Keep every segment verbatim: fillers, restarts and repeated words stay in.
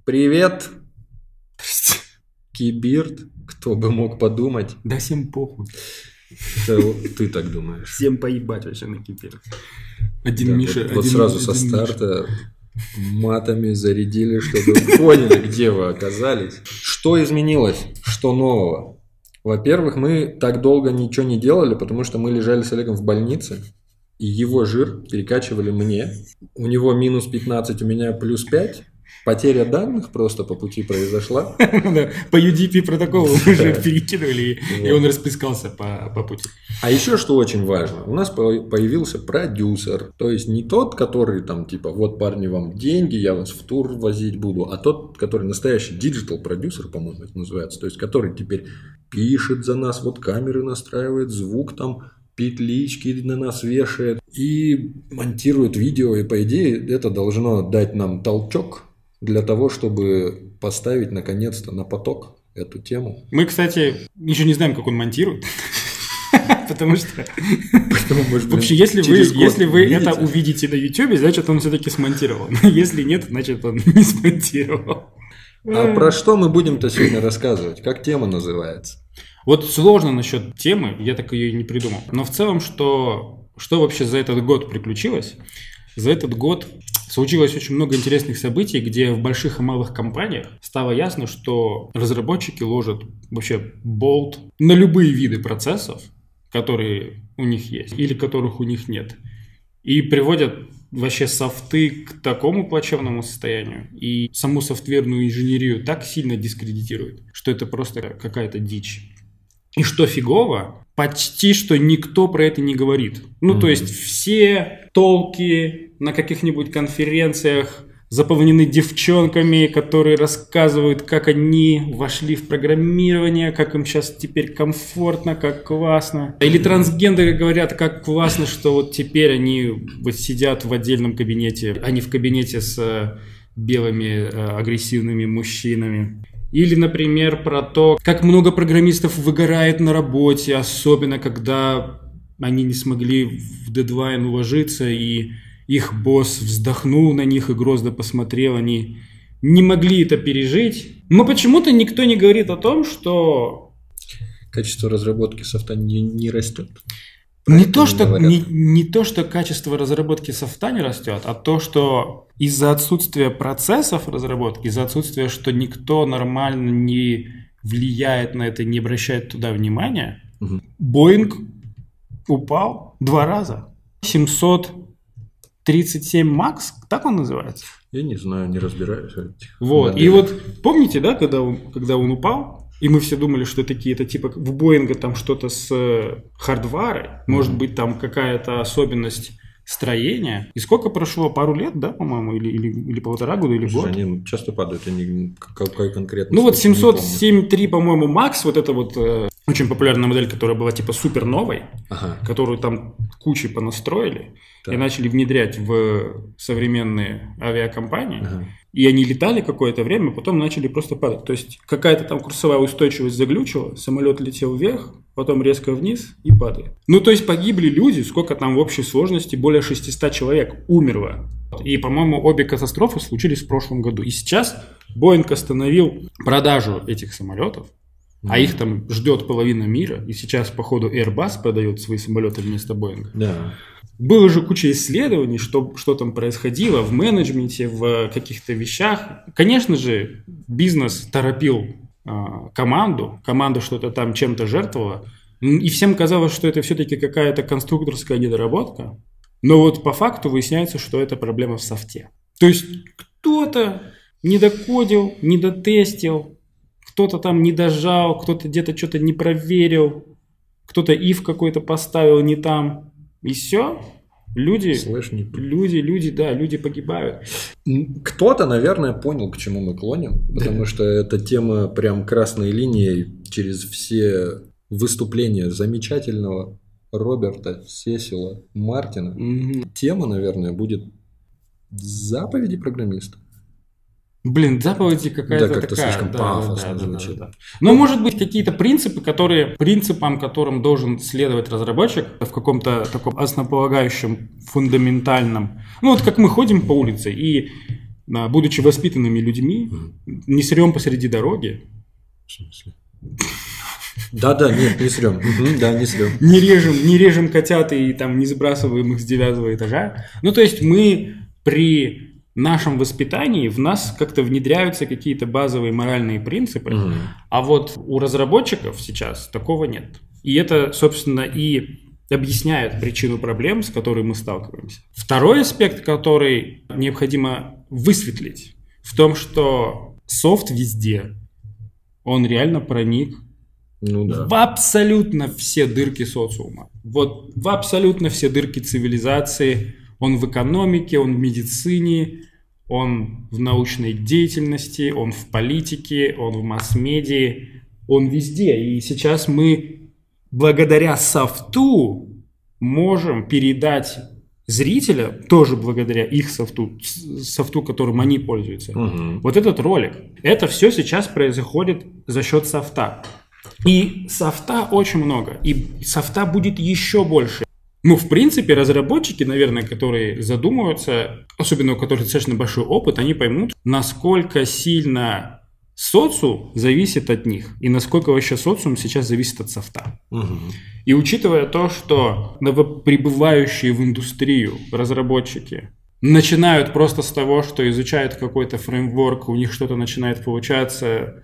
Привет, Кибирд, кто бы мог подумать. Да всем похуй. Это ты так думаешь. Всем поебать вообще на Кибирд. Один да, Миша. Вот, один, вот сразу один со старта Миша. Матами зарядили, чтобы вы поняли, где вы оказались. Что изменилось? Что нового? Во-первых, мы так долго ничего не делали, потому что мы лежали с Олегом в больнице. И его жир перекачивали мне. У него минус пятнадцать, у меня плюс пять. Потеря данных просто по пути произошла. По ю ди пи протоколу мы же перекидывали, и он расплескался по пути. А еще что очень важно. У нас появился продюсер. То есть не тот, который там типа вот парни вам деньги, я вас в тур возить буду. А тот, который настоящий диджитал продюсер, по-моему, это называется. То есть который теперь пишет за нас, вот камеры настраивает, звук там, петлички на нас вешает и монтирует видео. И по идее это должно дать нам толчок для того, чтобы поставить наконец-то на поток эту тему. Мы, кстати, еще не знаем, как он монтирует. Потому что вообще, если вы, если вы это увидите на YouTube, значит, он все-таки смонтировал. Если нет, значит, он не смонтировал. А про что мы будем-то сегодня рассказывать? Как тема называется? Вот сложно насчет темы, я так ее и не придумал. Но в целом, что, что вообще за этот год приключилось? За этот год случилось очень много интересных событий, где в больших и малых компаниях стало ясно, что разработчики ложат вообще болт на любые виды процессов, которые у них есть или которых у них нет. И приводят вообще софты к такому плачевному состоянию и саму софтверную инженерию так сильно дискредитируют, что это просто какая-то дичь. И что фигово, почти что никто про это не говорит. Ну, mm-hmm. то есть все толки на каких-нибудь конференциях заполнены девчонками, которые рассказывают, как они вошли в программирование, как им сейчас теперь комфортно, как классно. Или трансгендеры говорят, как классно, что вот теперь они вот сидят в отдельном кабинете, а не в кабинете с белыми агрессивными мужчинами. Или, например, про то, как много программистов выгорает на работе, особенно когда они не смогли в дедлайн уложиться, и их босс вздохнул на них и грозно посмотрел, они не могли это пережить. Но почему-то никто не говорит о том, что качество разработки софта не, не растет. Не то, что, не, не то, что качество разработки софта не растет, а то, что из-за отсутствия процессов разработки, из-за отсутствия, что никто нормально не влияет на это, не обращает туда внимания, угу. Боинг упал два раза. семьсот тридцать семь макс, так он называется? Я не знаю, не разбираюсь. Вот. И вот помните, да, когда он, когда он упал? И мы все думали, что такие, это типа в Боинга там что-то с хардварой, может mm-hmm. быть там какая-то особенность строения. И сколько прошло? Пару лет, да, по-моему, или, или, или полтора года, или год? Они часто падают, они какой конкретно. Ну вот семьсот семь три, по-моему, макс, вот это вот э, очень популярная модель, которая была типа супер новой, ага. которую там кучей понастроили так. и начали внедрять в современные авиакомпании. Ага. И они летали какое-то время, потом начали просто падать. То есть какая-то там курсовая устойчивость заглючила, самолет летел вверх, потом резко вниз и падает. Ну, то есть погибли люди, сколько там в общей сложности, более шестьсот человек умерло. И, по-моему, обе катастрофы случились в прошлом году. И сейчас Боинг остановил продажу этих самолетов, mm-hmm. а их там ждет половина мира. И сейчас, походу, Airbus продает свои самолеты вместо Боинга. Да. Было же куча исследований, что, что там происходило в менеджменте, в каких-то вещах. Конечно же, бизнес торопил э, команду, команда что-то там чем-то жертвовала, и всем казалось, что это все-таки какая-то конструкторская недоработка. Но вот по факту выясняется, что это проблема в софте. То есть кто-то не докодил, не дотестил, кто-то там не дожал, кто-то где-то что-то не проверил, кто-то if какой-то поставил не там. И все, люди, Слышь, не... люди, люди, да, люди погибают. Кто-то, наверное, понял, к чему мы клоним, потому да. что эта тема прям красной линией через все выступления замечательного Роберта Сесила Мартина. Mm-hmm. Тема, наверное, будет заповеди программиста. Блин, заповеди какая-то да, как-то такая. слишком да, пафосно да, звучит. Да, да, да. Но, может быть, какие-то принципы, которые, принципам, которым должен следовать разработчик в каком-то таком основополагающем, фундаментальном. Ну, вот как мы ходим по улице, и будучи воспитанными людьми, mm. не срем посреди дороги. В смысле? Да-да, нет, не срем. Угу, да, не срем. Не режем, не режем котят и там не сбрасываем их с девятого этажа. Ну, то есть мы при нашем воспитании, в нас как-то внедряются какие-то базовые моральные принципы, угу. а вот у разработчиков сейчас такого нет. И это, собственно, и объясняет причину проблем, с которой мы сталкиваемся. Второй аспект, который необходимо высветлить, в том, что софт везде, он реально проник ну, да. в абсолютно все дырки социума. Вот в абсолютно все дырки цивилизации. Он в экономике, он в медицине, он в научной деятельности, он в политике, он в масс-медиа, он везде. И сейчас мы благодаря софту можем передать зрителя, тоже благодаря их софту, софту, которым они пользуются, угу. вот этот ролик. Это все сейчас происходит за счет софта. И софта очень много, и софта будет еще больше. Ну, в принципе, разработчики, наверное, которые задумываются, особенно у которых достаточно большой опыт, они поймут, насколько сильно социум зависит от них, и насколько вообще социум сейчас зависит от софта. Угу. И учитывая то, что новоприбывающие в индустрию разработчики начинают просто с того, что изучают какой-то фреймворк, у них что-то начинает получаться,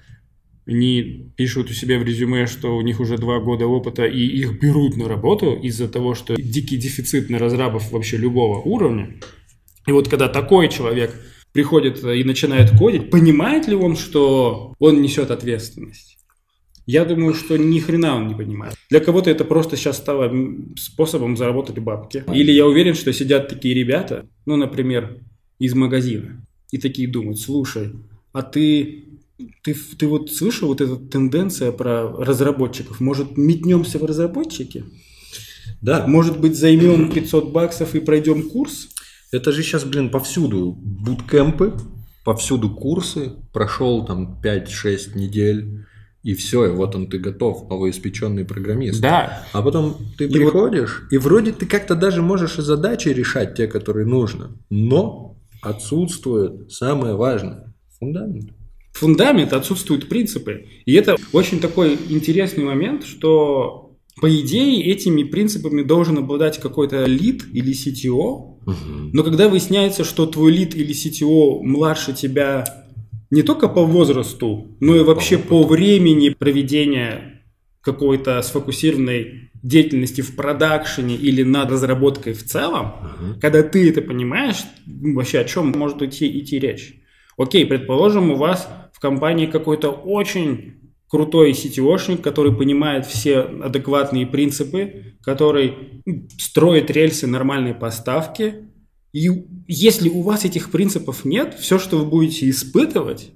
они пишут у себя в резюме, что у них уже два года опыта, и их берут на работу из-за того, что дикий дефицит на разрабов вообще любого уровня. И вот когда такой человек приходит и начинает кодить, понимает ли он, что он несет ответственность? Я думаю, что ни хрена он не понимает. Для кого-то это просто сейчас стало способом заработать бабки. Или я уверен, что сидят такие ребята, ну, например, из магазина, и такие думают: слушай, а ты... Ты, ты вот слышал вот эта тенденция про разработчиков? Может, метнемся в разработчики? Да. Может быть, займем пятьсот баксов и пройдем курс? Это же сейчас, блин, повсюду буткемпы, повсюду курсы. Прошел там пять-шесть недель, и все, и вот он, ты готов, новоиспеченный программист. Да. А потом ты и приходишь, вот... и вроде ты как-то даже можешь и задачи решать, те, которые нужно. Но отсутствует самое важное – фундамент. Фундамент, отсутствуют принципы. И это очень такой интересный момент, что, по идее, этими принципами должен обладать какой-то лид или си ти о. Угу. Но когда выясняется, что твой лид или си ти о младше тебя не только по возрасту, но и вообще по, по времени проведения какой-то сфокусированной деятельности в продакшене или над разработкой в целом, угу. когда ты это понимаешь, вообще о чем может идти, идти речь? Окей, предположим, у вас в компании какой-то очень крутой си ти о-шник, который понимает все адекватные принципы, который строит рельсы нормальной поставки. И если у вас этих принципов нет, все, что вы будете испытывать,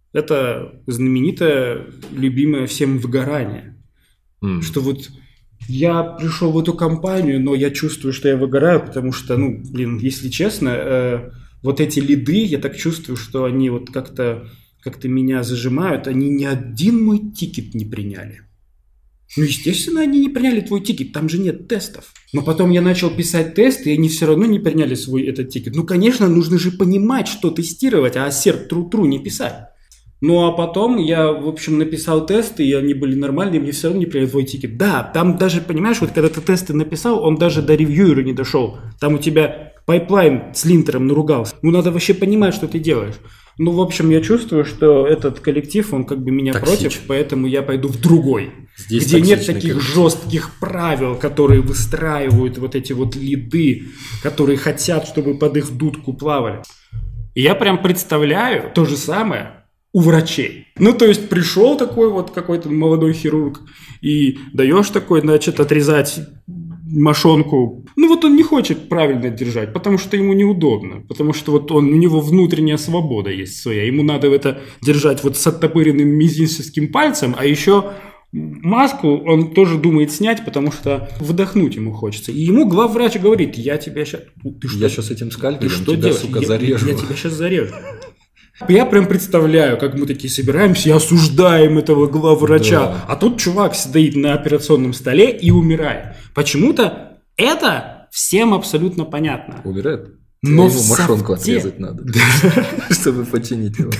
это знаменитое, любимое всем выгорание. Mm. Что вот я пришел в эту компанию, но я чувствую, что я выгораю, потому что, ну, блин, если честно... Э- Вот эти лиды, я так чувствую, что они вот как-то, как-то меня зажимают. Они ни один мой тикет не приняли. Ну, естественно, они не приняли твой тикет, там же нет тестов. Но потом я начал писать тесты, и они все равно не приняли свой этот тикет. Ну, конечно, нужно же понимать, что тестировать, а ассерт тру-тру не писать. Ну, а потом я, в общем, написал тесты, и они были нормальные, мне все равно не приняли твой тикет. Да, там даже, понимаешь, вот когда ты тесты написал, он даже до ревьюера не дошел. Там у тебя... пайплайн с линтером наругался. Ну, надо вообще понимать, что ты делаешь. Ну, в общем, я чувствую, что этот коллектив, он как бы меня Токсич. против, поэтому я пойду в другой. Здесь где нет таких коллектив. жестких правил, которые выстраивают вот эти вот лиды, которые хотят, чтобы под их дудку плавали. И я прям представляю то же самое у врачей. Ну, то есть, пришел такой вот какой-то молодой хирург и даешь такой, значит, отрезать... мошонку. Ну вот он не хочет правильно держать, потому что ему неудобно, потому что вот он, у него внутренняя свобода есть своя, ему надо это держать вот с оттопыренным мизинческим пальцем, а еще маску он тоже думает снять, потому что вдохнуть ему хочется. И ему главврач говорит: я тебя сейчас... Ты что? Я сейчас этим скальпелем ты что тебя, делаешь? сука, я, зарежу. Я тебя сейчас зарежу. Я прям представляю, как мы такие собираемся и осуждаем этого главврача. Да. А тут чувак стоит на операционном столе и умирает. Почему-то это всем абсолютно понятно. Умирает? Но ему мошонку отрезать надо, чтобы починить его.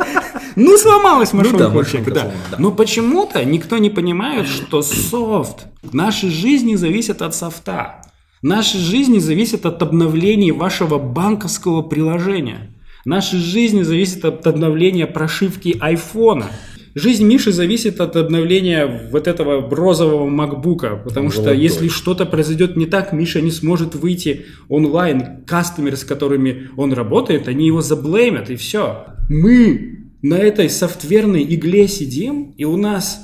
Ну, сломалась Ну да, мошонка. мошонка да. сломалась, да. Но почему-то никто не понимает, что софт, наши жизни зависят от софта. Наши жизни зависят от обновлений вашего банковского приложения. Наши жизни зависят от обновления прошивки айфона. Жизнь Миши зависит от обновления вот этого розового макбука, потому что Золотой. если что-то произойдет не так, Миша не сможет выйти онлайн. Кастомеры, с которыми он работает, они его заблеймят, и все. Мы на этой софтверной игле сидим, и у нас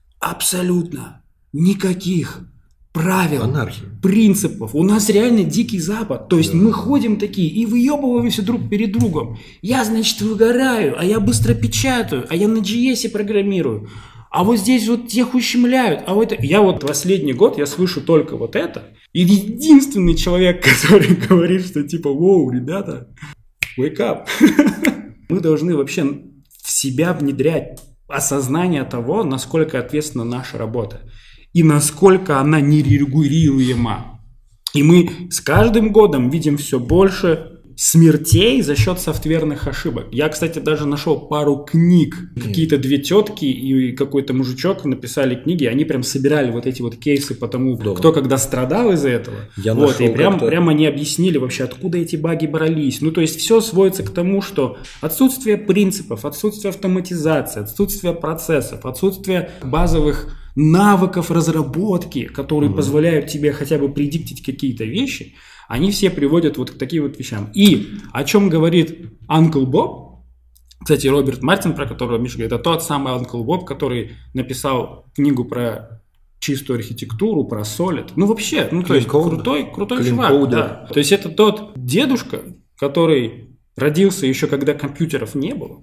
абсолютно никаких правил, Анархия. принципов. У нас реально дикий запад. То есть Да. мы ходим такие и выебываемся друг перед другом. Я, значит, выгораю, а я быстро печатаю, а я на джи эс программирую. А вот здесь вот тех ущемляют. А вот я вот последний год я слышу только вот это. И единственный человек, который говорит, что типа, воу, ребята, wake up. Мы должны вообще в себя внедрять осознание того, насколько ответственна наша работа. И насколько она нерегулируема. И мы с каждым годом видим все больше смертей за счет софтверных ошибок. Я, кстати, даже нашел пару книг. Mm. Какие-то две тетки и какой-то мужичок написали книги. Они прям собирали вот эти вот кейсы по тому, да. кто когда страдал из-за этого. Я вот, и прям, как-то... прям они объяснили вообще, откуда эти баги брались. Ну, то есть все сводится к тому, что отсутствие принципов, отсутствие автоматизации, отсутствие процессов, отсутствие базовых навыков разработки, которые mm-hmm. позволяют тебе хотя бы предиктить какие-то вещи, они все приводят вот к таким вот вещам. И о чем говорит Uncle Bob, кстати, Роберт Мартин, про которого Миша говорит, это тот самый Uncle Bob, который написал книгу про чистую архитектуру, про Solid. Ну вообще, ну то есть крутой, крутой чувак. Да. То есть это тот дедушка, который родился еще когда компьютеров не было.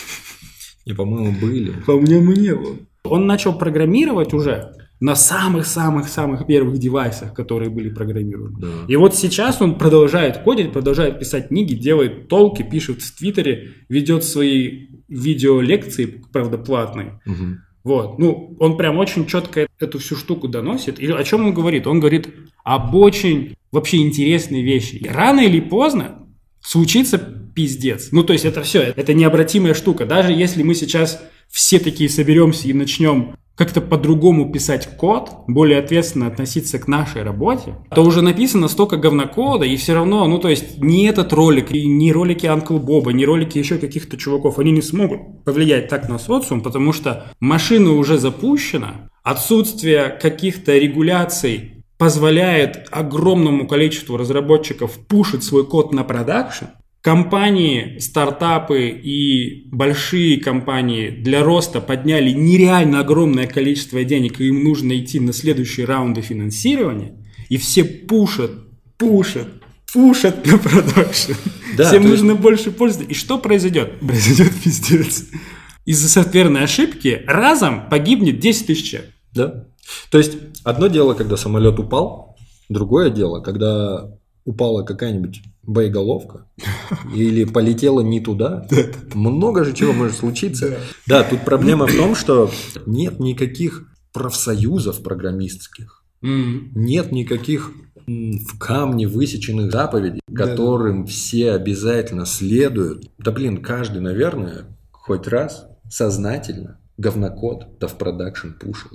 И, по-моему, были. По-моему, не было. Он начал программировать уже на самых-самых-самых первых девайсах, которые были программированы. Да. И вот сейчас он продолжает кодить, продолжает писать книги, делает толки, пишет в Твиттере, ведет свои видеолекции, правда, платные. Угу. Вот. Ну, он прям очень четко эту всю штуку доносит. И о чем он говорит? Он говорит об очень вообще интересной вещи. Рано или поздно случится пиздец. Ну, то есть это все, это необратимая штука. Даже если мы сейчас все такие соберемся и начнем как-то по-другому писать код, более ответственно относиться к нашей работе, то уже написано столько говнокода, и все равно, ну, то есть, ни этот ролик, и ни ролики Uncle Боба, ни ролики еще каких-то чуваков, они не смогут повлиять так на социум, потому что машина уже запущена, отсутствие каких-то регуляций позволяет огромному количеству разработчиков пушить свой код на продакшн. Компании, стартапы и большие компании для роста подняли нереально огромное количество денег, и им нужно идти на следующие раунды финансирования, и все пушат, пушат, пушат на продакшн. Да, Всем нужно есть... больше пользоваться. И что произойдет? Произойдет пиздец. Из-за софтверной ошибки разом погибнет десять тысяч человек. Да. То есть одно дело, когда самолет упал, другое дело, когда упала какая-нибудь боеголовка или полетела не туда, много же чего может случиться. Да, тут проблема в том, что нет никаких профсоюзов программистских, нет никаких в камне высеченных заповедей, которым все обязательно следуют. Да блин, каждый, наверное, хоть раз сознательно говнокод да в продакшн пушил.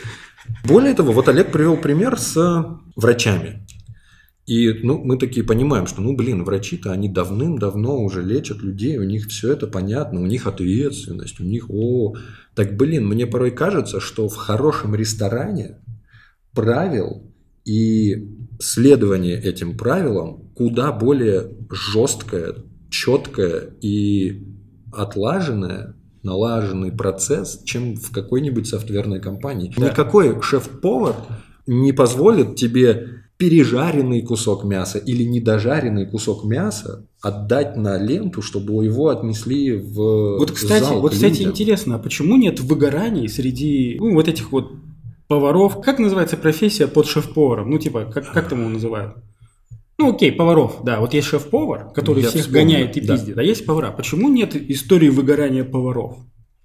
Более того, вот Олег привел пример с врачами. И ну, мы такие понимаем, что, ну, блин, врачи-то они давным-давно уже лечат людей, у них все это понятно, у них ответственность, у них, о, так, блин, мне порой кажется, что в хорошем ресторане правил и следование этим правилам куда более жесткое, четкое и отлаженное, налаженный процесс, чем в какой-нибудь софтверной компании. Да. Никакой шеф-повар не позволит тебе пережаренный кусок мяса или недожаренный кусок мяса отдать на ленту, чтобы его отнесли в вот, кстати, зал. Вот, кстати, интересно, а почему нет выгораний среди ну, вот этих вот поваров? Как называется профессия под шеф-поваром? Ну, типа, как, как там его называют? Ну, окей, поваров, да. Вот есть шеф-повар, который Я всех вспомнил, гоняет и да. пиздит, а есть повара. Почему нет истории выгорания поваров?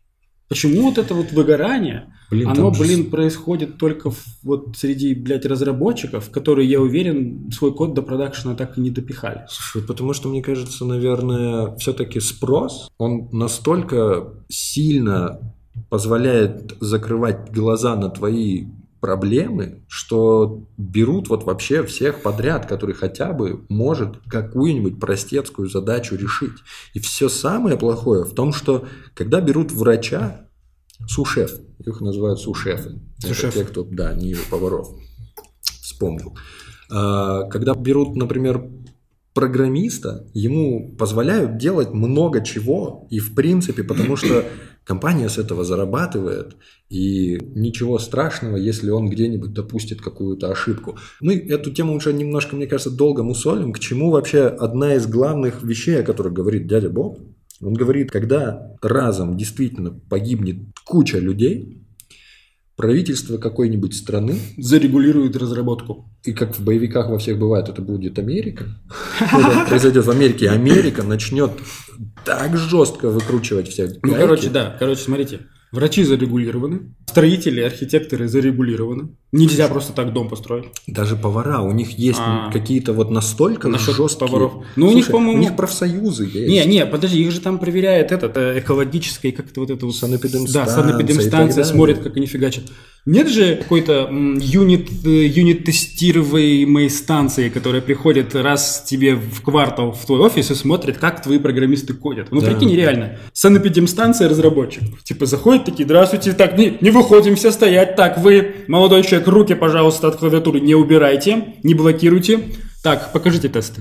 Почему вот это вот выгорание, блин, оно, там... блин, происходит только в, вот среди, блядь, разработчиков, которые, я уверен, свой код до продакшена так и не допихали. Слушай, потому что, мне кажется, наверное, все-таки спрос, он настолько сильно позволяет закрывать глаза на твои проблемы, что берут вот вообще всех подряд, который хотя бы может какую-нибудь простецкую задачу решить. И все самое плохое в том, что когда берут врача, су-шеф, их называют су-шефы. Су-шеф. Это те, кто, да, не поваров. Вспомнил. Когда берут, например, программиста, ему позволяют делать много чего, и в принципе, потому что компания с этого зарабатывает, и ничего страшного, если он где-нибудь допустит какую-то ошибку. Мы эту тему уже немножко, мне кажется, долго мусолим. К чему вообще одна из главных вещей, о которых говорит дядя Боб? Он говорит, когда разом действительно погибнет куча людей, правительство какой-нибудь страны зарегулирует разработку. И как в боевиках во всех бывает, это будет Америка. Это произойдет в Америке. Америка начнет так жестко выкручивать всех гайки. Ну, короче, да. Короче, смотрите. Врачи зарегулированы, строители, архитекторы зарегулированы. Нельзя просто так дом построить. Даже повара, у них есть А. какие-то вот настолько Насчет жесткие... поваров. Ну, у них, по-моему- у них профсоюзы есть. Не, не, подожди, их же там проверяет этот э, экологический, как-то вот это вот... Санэпидемстанция Да, и так санэпидемстанция далее. смотрит, как они фигачат. Нет же какой-то м, юнит, э, юнит-тестируемой станции, которая приходит раз тебе в квартал в твой офис и смотрит, как твои программисты кодят. Ну, Да. прикинь, реально. Санэпидемстанция разработчиков. Типа заходят такие, здравствуйте, так, не, не выходим, все стоять. Так, вы, молодой человек, руки, пожалуйста, от клавиатуры не убирайте, не блокируйте. Так, покажите тесты.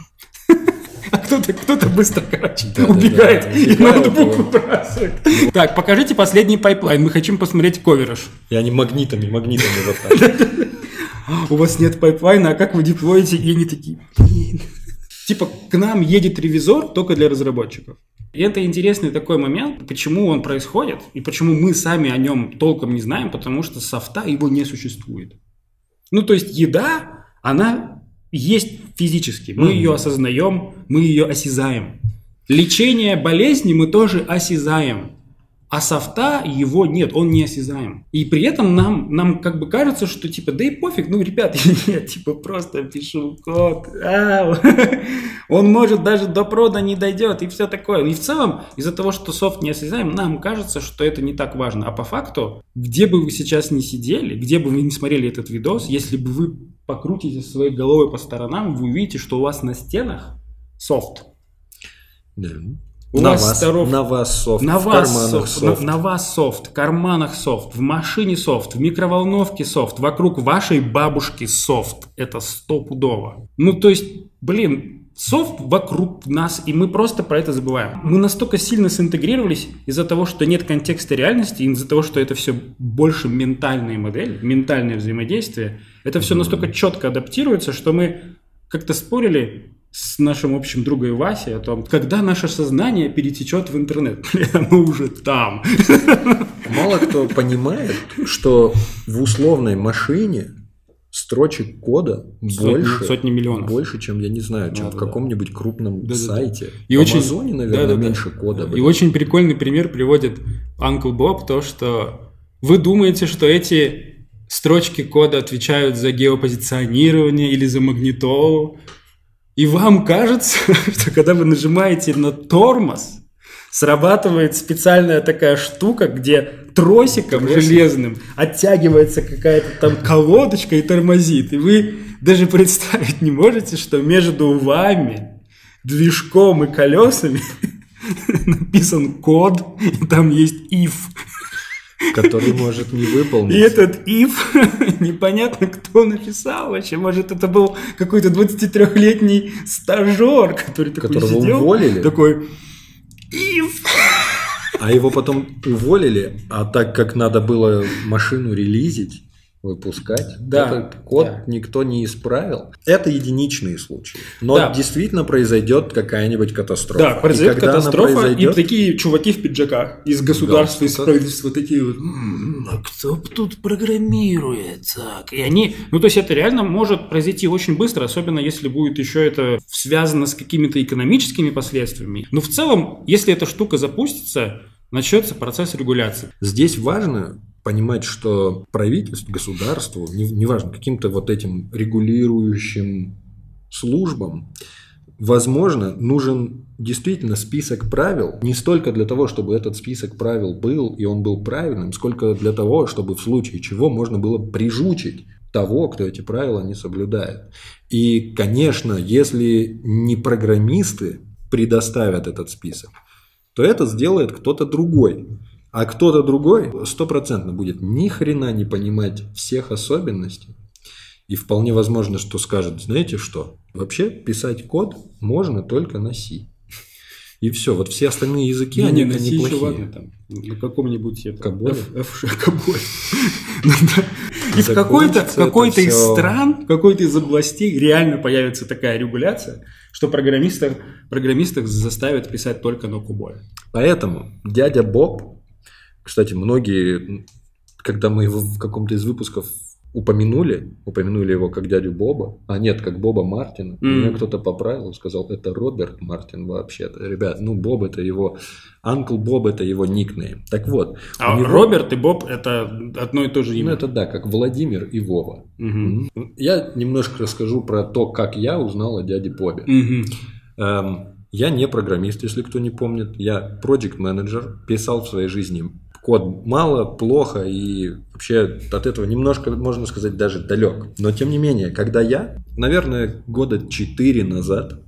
А кто-то, кто-то быстро, короче, Да, убегает да, да, и убегает, ноутбук да. выбрасывает. Так, покажите последний пайплайн, мы хотим посмотреть ковераж. И они магнитами, магнитами вот так. У вас нет пайплайна, а как вы деплоите? И они такие, блин. Типа, к нам едет ревизор только для разработчиков. И это интересный такой момент, почему он происходит, и почему мы сами о нем толком не знаем, потому что софта его не существует. Ну, то есть, еда, она есть физически. Мы Мгм. ее осознаем, мы ее осязаем. Лечение болезни мы тоже осязаем. А софта его нет, он не осязаем. И при этом нам, нам как бы кажется, что типа, да и пофиг, ну, ребят, я типа просто пишу код, ау. Он может даже до прода не дойдет и все такое. И в целом, из-за того, что софт не осязаем, нам кажется, что это не так важно. А по факту, где бы вы сейчас не сидели, где бы вы не смотрели этот видос, если бы вы покрутите своей головой по сторонам, вы увидите, что у вас на стенах софт. Да. У на, вас вас, здоров- на вас софт, На в вас, карманах софт, софт. На, на вас софт, в карманах софт, в машине софт, в микроволновке софт, вокруг вашей бабушки софт. Это стопудово. Ну, то есть, блин, софт вокруг нас, и мы просто про это забываем. Мы настолько сильно синтегрировались из-за того, что нет контекста реальности, из-за того, что это все больше ментальные модели, ментальное взаимодействие. Это все настолько четко адаптируется, что мы как-то спорили с нашим общим другом Васей о том, когда наше сознание перетечет в интернет. Блин, оно уже там. Мало кто понимает, что в условной машине строчек кода Сотни- больше, сотни миллионов. больше, чем, я не знаю, чем Да, в да, каком-нибудь крупном Да, да, да. сайте. И в очень- Амазоне, наверное, Да-да-да. меньше кода. И блин. очень прикольный пример приводит Uncle Bob, то, что вы думаете, что эти строчки кода отвечают за геопозиционирование или за магнитолу, и вам кажется, что когда вы нажимаете на тормоз, срабатывает специальная такая штука, где тросиком Тросик. железным оттягивается какая-то там колодочка и тормозит. И вы даже представить не можете, что между вами, движком и колесами написан код, и там есть if. Который может не И выполнить. этот if, непонятно, кто написал вообще. Может, это был какой-то двадцатитрёхлетний стажер, который такой Которого сидел. уволили? Такой if. А его потом уволили, а так как надо было машину релизить, выпускать, Да, этот код да. никто не исправил. Это единичные случаи. Но Да. действительно произойдет какая-нибудь катастрофа. Да, произойдет И когда она катастрофа, произойдет, и такие чуваки в пиджаках из государства, из галстуках. правительства, такие вот, «М, а кто б тут программирует? Так». И они, ну то есть это реально может произойти очень быстро, особенно если будет еще это связано с какими-то экономическими последствиями. Но в целом, если эта штука запустится, начнется процесс регуляции. Здесь важно понимать, что правительству, государству, неважно, каким-то вот этим регулирующим службам, возможно, нужен действительно список правил, не столько для того, чтобы этот список правил был, и он был правильным, сколько для того, чтобы в случае чего можно было прижучить того, кто эти правила не соблюдает. И, конечно, если не программисты предоставят этот список, то это сделает кто-то другой. А кто-то другой стопроцентно будет ни хрена не понимать всех особенностей. И вполне возможно, что скажет, знаете что, вообще писать код можно только на C. И все, вот все остальные языки, не, они не, неплохие. Еще ладно, там, на каком-нибудь это, Каболе? F, F, Каболе. И в какой-то какой-то из стран, в какой-то из областей реально появится такая регуляция, что программистов, программистов заставят писать только на Куболе. Поэтому дядя Боб, кстати, многие, когда мы его в каком-то из выпусков упомянули, упомянули его как дядю Боба, а нет, как Боба Мартина, mm. меня кто-то поправил, сказал, это Роберт Мартин вообще-то. Ребят, ну Боб это его, Uncle Боб это его никнейм. Так вот. А него... Роберт и Боб это одно и то же имя. Ну это да, как Владимир и Вова. Mm-hmm. Я немножко расскажу про то, как я узнал о дяде Бобе. Mm-hmm. Эм, я не программист, если кто не помнит, я project менеджер, писал в своей жизни код мало, плохо и вообще от этого немножко, можно сказать, даже далек. Но тем не менее, когда я, наверное, года четыре назад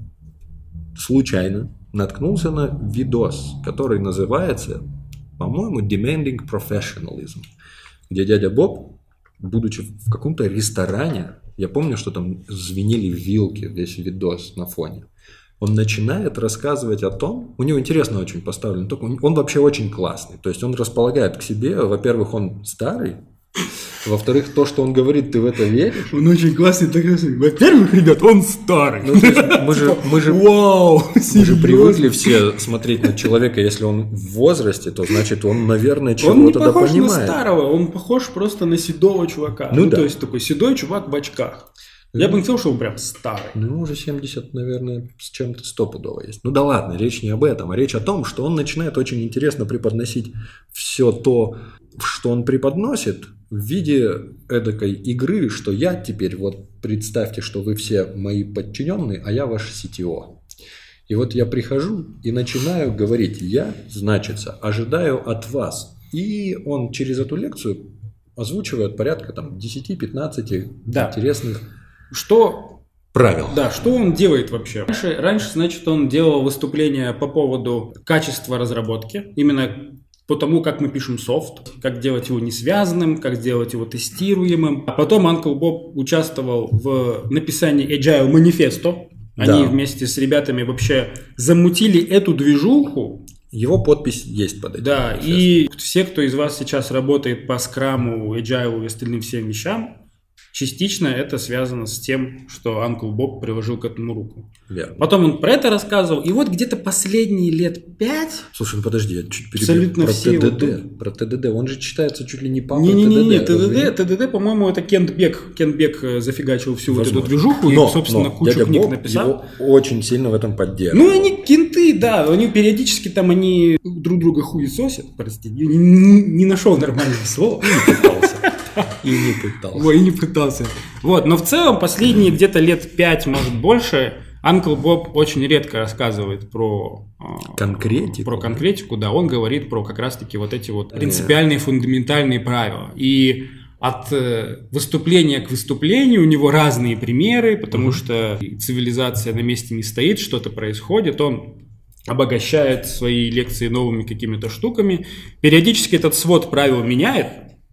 случайно наткнулся на видос, который называется, по-моему, Demanding Professionalism, где дядя Боб, будучи в каком-то ресторане, я помню, что там звенели вилки, весь видос на фоне, он начинает рассказывать о том, у него интересно очень поставлен, он вообще очень классный, то есть он располагает к себе, во-первых, он старый, во-вторых, то, что он говорит, ты в это веришь? Он очень классный, так красивый. Во-первых, ребят, он старый. Ну, то есть мы же, мы же, Вау, мы же привыкли все смотреть на человека, если он в возрасте, то значит он, наверное, чего-то да понимает. Он не похож на старого, он похож просто на седого чувака. Ну, ну да. То есть такой седой чувак в очках. Я бы не сказал, что он прям старый. Ну, уже семьдесят, наверное, с чем-то стопудово есть. Ну да ладно, речь не об этом, а речь о том, что он начинает очень интересно преподносить все то, что он преподносит, в виде эдакой игры, что я теперь, вот представьте, что вы все мои подчиненные, а я ваш си ти о. И вот я прихожу и начинаю говорить, я, значится, ожидаю от вас. И он через эту лекцию озвучивает порядка там десять-пятнадцать да. интересных Что... правил. Да, что он делает вообще? Раньше, раньше, значит, он делал выступления по поводу качества разработки, именно по тому, как мы пишем софт, как делать его несвязанным, как сделать его тестируемым. А потом Uncle Bob участвовал в написании Agile Manifesto. Они да. вместе с ребятами вообще замутили эту движуху. Его подпись есть под этим. Да, и все, кто из вас сейчас работает по скраму, Agile и остальным всем вещам, частично это связано с тем, что Uncle Bob приложил к этому руку. Верно. Потом он про это рассказывал. И вот где-то последние лет пять... Слушай, ну подожди, я чуть перебью. Абсолютно про все ТДД. вот... Про ТДД. Он же читается чуть ли не папа Не-не-не, ТДД. ТДД, ТДД, по-моему, это Кент Бек. Кент Бек зафигачил всю Возможно. вот эту движуху но, и, собственно, но кучу дядя книг Боб написал. Его очень сильно в этом поддерживает. Ну, они кенты, да. Они периодически там, они друг друга хуесосят. Прости, не, не, не нашел нормального слова. Не пытался. И не пытался. Ой, и не пытался. Вот, но в целом последние где-то лет пять, может больше, Uncle Bob очень редко рассказывает про конкретику. Про конкретику, да. Он говорит про как раз-таки вот эти вот принципиальные, фундаментальные правила. И от выступления к выступлению у него разные примеры, потому угу. что цивилизация на месте не стоит, что-то происходит. Он обогащает свои лекции новыми какими-то штуками. Периодически этот свод правил меняет.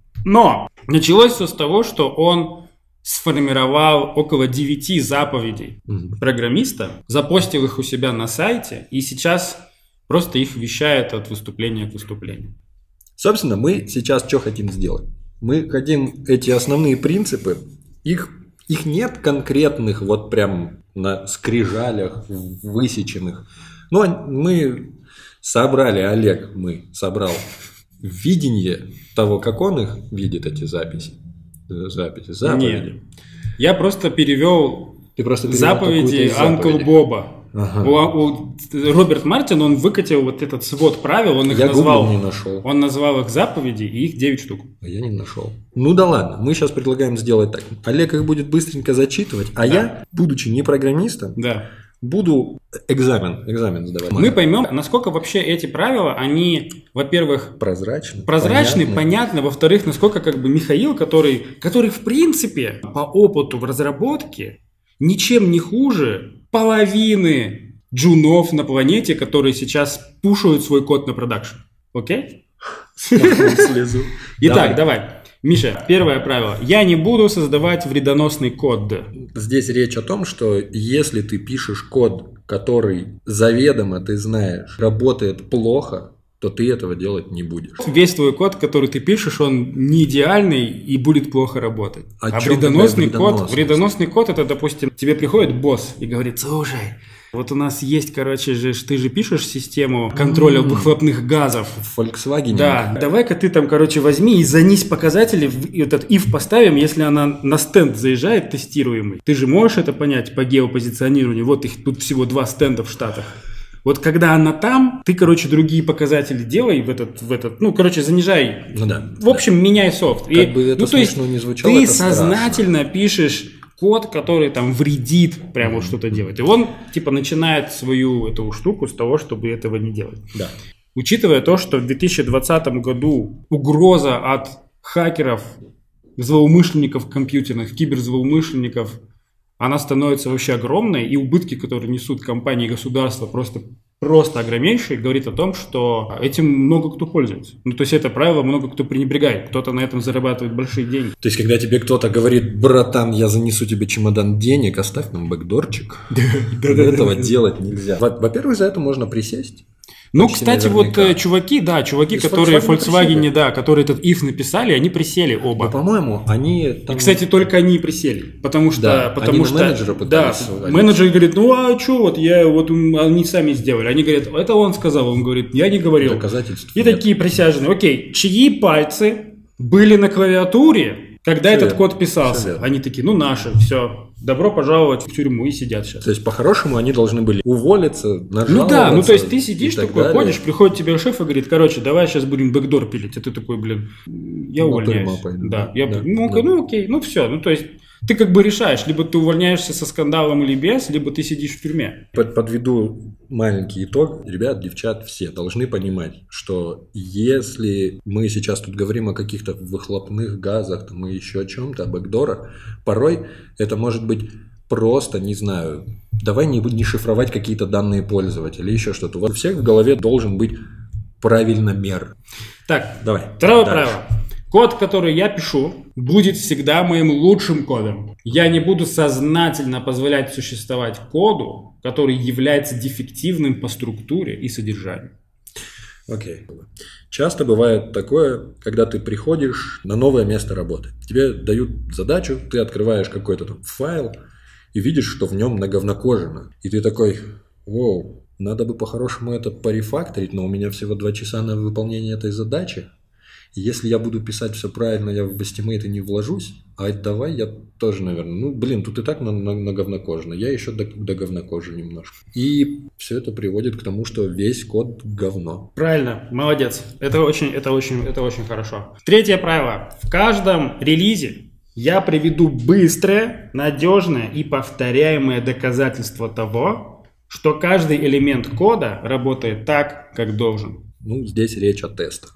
Но началось все с того, что он сформировал около девяти заповедей mm-hmm. программиста, запостил их у себя на сайте и сейчас просто их вещает от выступления к выступлению. Собственно, мы сейчас что хотим сделать? Мы хотим эти основные принципы, их, их нет конкретных вот прям на скрижалях высеченных. Но мы собрали, Олег, мы собрал видение того, как он их видит, эти записи. Записи, заповеди. Нет. Я просто перевел Ты просто перевел заповеди Uncle Боба. Ага. У, у, Роберт Мартин, он выкатил вот этот свод правил, он их я назвал, не нашел. Он назвал их заповеди, и их девять штук. А я не нашел. Ну да ладно, мы сейчас предлагаем сделать так. Олег их будет быстренько зачитывать, а да. я, будучи не программистом, да. буду экзамен, экзамен сдавать. Мы поймем, насколько вообще эти правила, они, во-первых, прозрачны, прозрачны, понятны. понятны, во-вторых, насколько как бы Михаил, который, который в принципе по опыту в разработке ничем не хуже половины джунов на планете, которые сейчас пушают свой код на продакшн. Окей? Слезу. Итак, давай. Миша, первое правило. Я не буду создавать вредоносный код. Здесь речь о том, что если ты пишешь код, который заведомо, ты знаешь, работает плохо, то ты этого делать не будешь. Весь твой код, который ты пишешь, он не идеальный и будет плохо работать. А, а вредоносный код, вредоносный код, это, допустим, тебе приходит босс и говорит: слушай, вот у нас есть, короче, же, ты же пишешь систему контроля выхлопных газов. В Volkswagen. Да, давай-ка ты там, короче, возьми и занись показатели, и этот if поставим, если она на стенд заезжает тестируемый. Ты же можешь это понять по геопозиционированию? Вот их тут всего два стенда в Штатах. Вот когда она там, ты, короче, другие показатели делай в этот, в этот, ну, короче, занижай. Ну да. В общем, да. меняй софт. Как и, бы это ну, то есть не звучало, ты это сознательно страшно. пишешь код, который там вредит прямо mm-hmm. что-то делать. И он, типа, начинает свою эту штуку с того, чтобы этого не делать. Да. Учитывая то, что в две тысячи двадцатом году угроза от хакеров, злоумышленников компьютерных, киберзлоумышленников, она становится вообще огромной, и убытки, которые несут компании и государства, просто, просто огромнейшие, говорит о том, что этим много кто пользуется. Ну, то есть это правило много кто пренебрегает, кто-то на этом зарабатывает большие деньги. То есть, когда тебе кто-то говорит: братан, я занесу тебе чемодан денег, оставь нам бэкдорчик, этого делать нельзя. Во-первых, за это можно присесть. Ну, кстати, наверняка. вот чуваки, да, чуваки, Из которые в Volkswagen, да, которые этот if написали, они присели оба. Да, по-моему, они там... И, кстати, только они присели, потому что... Да, потому они что, менеджера пытались. Да, менеджер говорит: ну, а что, вот я, вот они сами сделали. Они говорят: это он сказал, он говорит: я не говорил. Доказательств И нет. такие присяжные: окей, чьи пальцы были на клавиатуре, когда все этот верно. код писался? Они такие: ну, наши, все. Добро пожаловать в тюрьму, и сидят сейчас. То есть, по-хорошему, они должны были уволиться, нажаловаться. Ну да, ну то есть ты сидишь такой, далее. ходишь, приходит тебе шеф и говорит: короче, давай сейчас будем бэкдор пилить. А ты такой: блин, я ну, увольняюсь. Пойду, да, я, да, ну, да. ну окей, ну все. Ну то есть ты как бы решаешь, либо ты увольняешься со скандалом или без, либо ты сидишь в тюрьме. Под, подведу маленький итог. Ребят, девчат, все должны понимать, что если мы сейчас тут говорим о каких-то выхлопных газах, там, и еще о чем-то, о бэкдорах, порой это может быть просто, не знаю, давай не, не шифровать какие-то данные пользователя, еще что-то. У всех в голове должен быть правильномер. Так, давай. Второе дальше. правило. Код, который я пишу, будет всегда моим лучшим кодом. Я не буду сознательно позволять существовать коду, который является дефективным по структуре и содержанию. Окей. Часто бывает такое, когда ты приходишь на новое место работы. Тебе дают задачу, ты открываешь какой-то там файл и видишь, что в нем наговнокожено. И ты такой: воу, надо бы по-хорошему это порефакторить, но у меня всего два часа на выполнение этой задачи. И если я буду писать все правильно, я в Estimate не вложусь, а давай я тоже, наверное, ну, блин, тут и так на, на, на говнокожно, я еще до, до говнокожи немножко. И все это приводит к тому, что весь код говно. Правильно, молодец. Это очень, это очень, это очень хорошо. Третье правило. В каждом релизе я приведу быстрое, надежное и повторяемое доказательство того, что каждый элемент кода работает так, как должен. Ну, здесь речь о тестах.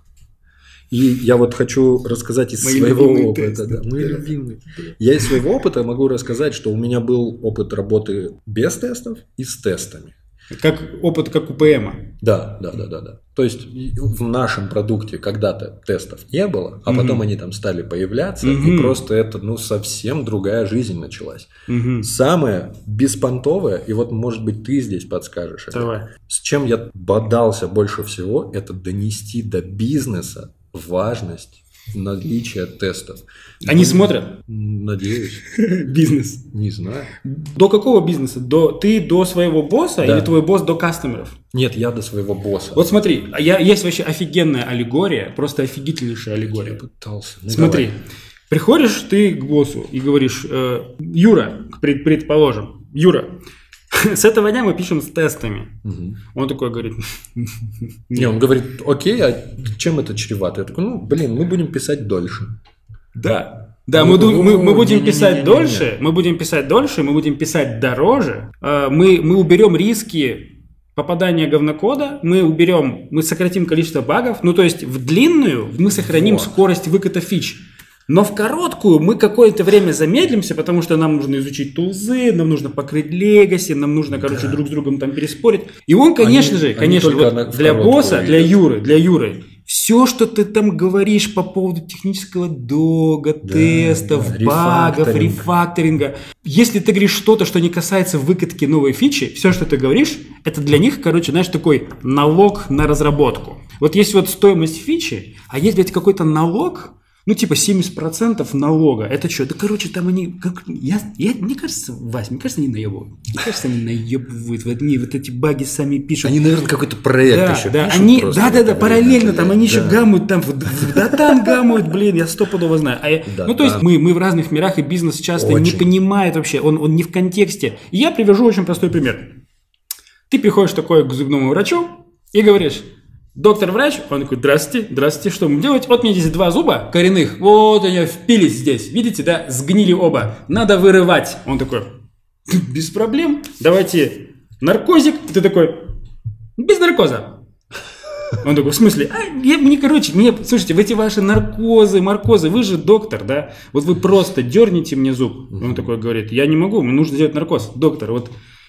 И я вот хочу рассказать из Мои своего опыта. тесты, Да, да. мои любимые. Я из своего опыта могу рассказать, что у меня был опыт работы без тестов и с тестами. Как опыт, как у пэ эма. Да, да, да, да, да. То есть в нашем продукте когда-то тестов не было, а Угу. потом они там стали появляться, Угу. и просто это, ну, совсем другая жизнь началась. Угу. Самое беспонтовое, и вот, может быть, ты здесь подскажешь, Давай. с чем я бодался больше всего, это донести до бизнеса важность наличия тестов. Они Ну, смотрят? Надеюсь. Бизнес. Не знаю. До какого бизнеса? До, ты до своего босса Да. или твой босс до кастомеров? Нет, я до своего босса. Вот смотри, я, есть вообще офигенная аллегория, просто офигительнейшая Я аллегория. пытался. Ну, Смотри, давай. приходишь ты к боссу и говоришь: э, Юра, пред, предположим, Юра, с этого дня мы пишем с тестами. Угу. Он такой говорит... Не, он говорит, окей, а чем это чревато? Я такой, ну, блин, мы будем писать дольше. Да. Да, мы, мы, мы будем писать дольше, мы будем писать дольше, мы будем писать дороже. Мы, мы уберем риски попадания говнокода, мы уберем, мы сократим количество багов. Ну, то есть, в длинную мы сохраним вот. скорость выката фич. Но в короткую мы какое-то время замедлимся, потому что нам нужно изучить тулзы, нам нужно покрыть легаси, нам нужно, короче, да. друг с другом там переспорить. И он, конечно они, же, конечно, они вот для босса, для Юры, для Юры, все, что ты там говоришь по поводу технического дога, да, тестов, да, багов, рефакторинг. рефакторинга, если ты говоришь что-то, что не касается выкатки новой фичи, все, что ты говоришь, это для них, короче, знаешь, такой налог на разработку. Вот есть вот стоимость фичи, а есть, блядь, какой-то налог, ну, типа семьдесят процентов налога. Это что? Да, короче, там они... Как, я, я, мне кажется, Вась, мне кажется, они наебывают. Мне кажется, они наебывают. Вот, они вот эти баги сами пишут. Они, наверное, какой-то проект да, еще да, пишут. Они, да, да, да, параллельно там они да. еще гамают там, да там гамают, блин, я стопудово знаю. А я, да, ну, то да. есть мы, мы в разных мирах, и бизнес часто очень. не понимает вообще, он, он не в контексте. И я привяжу очень простой пример. Ты приходишь такой к зубному врачу и говоришь... Доктор-врач, он такой, здравствуйте, здравствуйте, что мы делать? Вот у меня здесь два зуба коренных, вот они впились здесь, видите, да, сгнили оба, надо вырывать. Он такой, без проблем, давайте наркозик. И ты такой, без наркоза. Он такой, в смысле? А, я, мне, короче, мне, слушайте, в эти ваши наркозы, маркозы, вы же доктор, да? Вот вы просто дерните мне зуб. Он такой говорит, я не могу, мне нужно сделать наркоз. Доктор, вот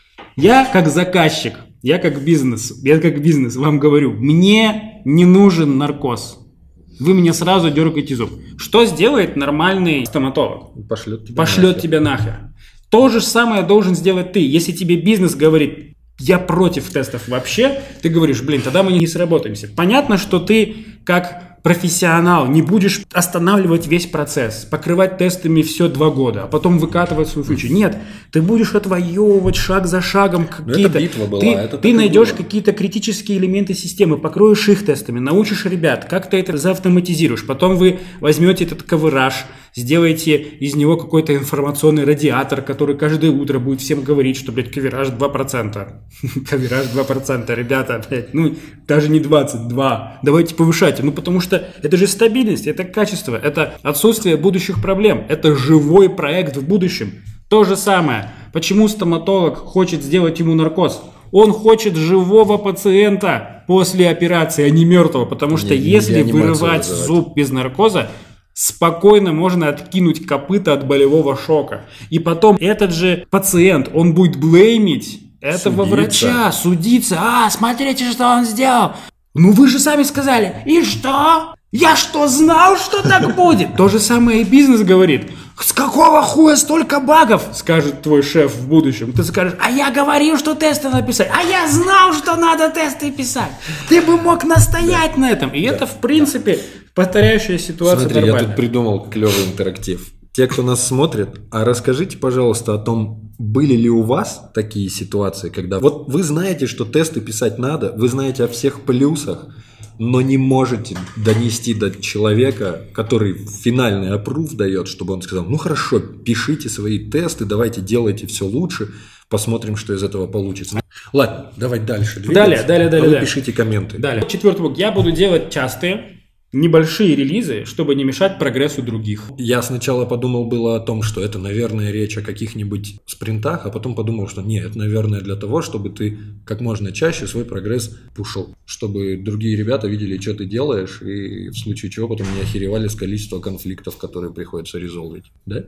я как заказчик, я как бизнес, я как бизнес вам говорю, мне не нужен наркоз. Вы мне сразу дергаете зуб. Что сделает нормальный стоматолог? Пошлет тебя, Пошлет нахер. тебя нахер. То же самое должен сделать ты. Если тебе бизнес говорит, я против тестов вообще, ты говоришь, блин, тогда мы не сработаемся. Понятно, что ты как профессионал не будешь останавливать весь процесс, покрывать тестами все два года, а потом выкатывать свою фичу. Нет, ты будешь отвоевывать шаг за шагом какие-то... Это битва была, ты, это ты найдешь было. какие-то критические элементы системы, покроешь их тестами, научишь ребят, как ты это заавтоматизируешь. Потом вы возьмете этот ковыраж, сделаете из него какой-то информационный радиатор, который каждое утро будет всем говорить, что, блядь, кавераж два процента. Кавераж два процента, ребята, блядь, ну, даже не двадцать два. Давайте повышайте. Ну, потому что это же стабильность, это качество, это отсутствие будущих проблем, это живой проект в будущем. То же самое. Почему стоматолог хочет сделать ему наркоз? Он хочет живого пациента после операции, а не мертвого. Потому что не, если не вырывать зуб без наркоза, спокойно можно откинуть копыта от болевого шока. И потом этот же пациент, он будет блеймить этого судиться. врача, судиться. А, смотрите, что он сделал. Ну вы же сами сказали. И что? Я что, знал, что так будет? То же самое и бизнес говорит. С какого хуя столько багов? Скажет твой шеф в будущем. Ты скажешь, а я говорил, что тесты написать. А я знал, что надо тесты писать. Ты бы мог настоять да. на этом. И да. это, в принципе, повторяющая ситуация. Смотри, нормальная. Я тут придумал клевый интерактив. Те, кто нас смотрит, а расскажите, пожалуйста, о том, были ли у вас такие ситуации, когда вот вы знаете, что тесты писать надо, вы знаете о всех плюсах, но не можете донести до человека, который финальный аппрув дает, чтобы он сказал, ну хорошо, пишите свои тесты, давайте делайте все лучше, посмотрим, что из этого получится. Ладно, давай дальше. Далее, далее, далее. А вы далее. пишите комменты. Далее. Четвертый блок. Я буду делать частые, небольшие релизы, чтобы не мешать прогрессу других. Я сначала подумал было о том, что это, наверное, речь о каких-нибудь спринтах, а потом подумал, что нет, это, наверное, для того, чтобы ты как можно чаще свой прогресс пушил, чтобы другие ребята видели, что ты делаешь, и в случае чего потом не охеревали с количества конфликтов, которые приходится резолвить, да?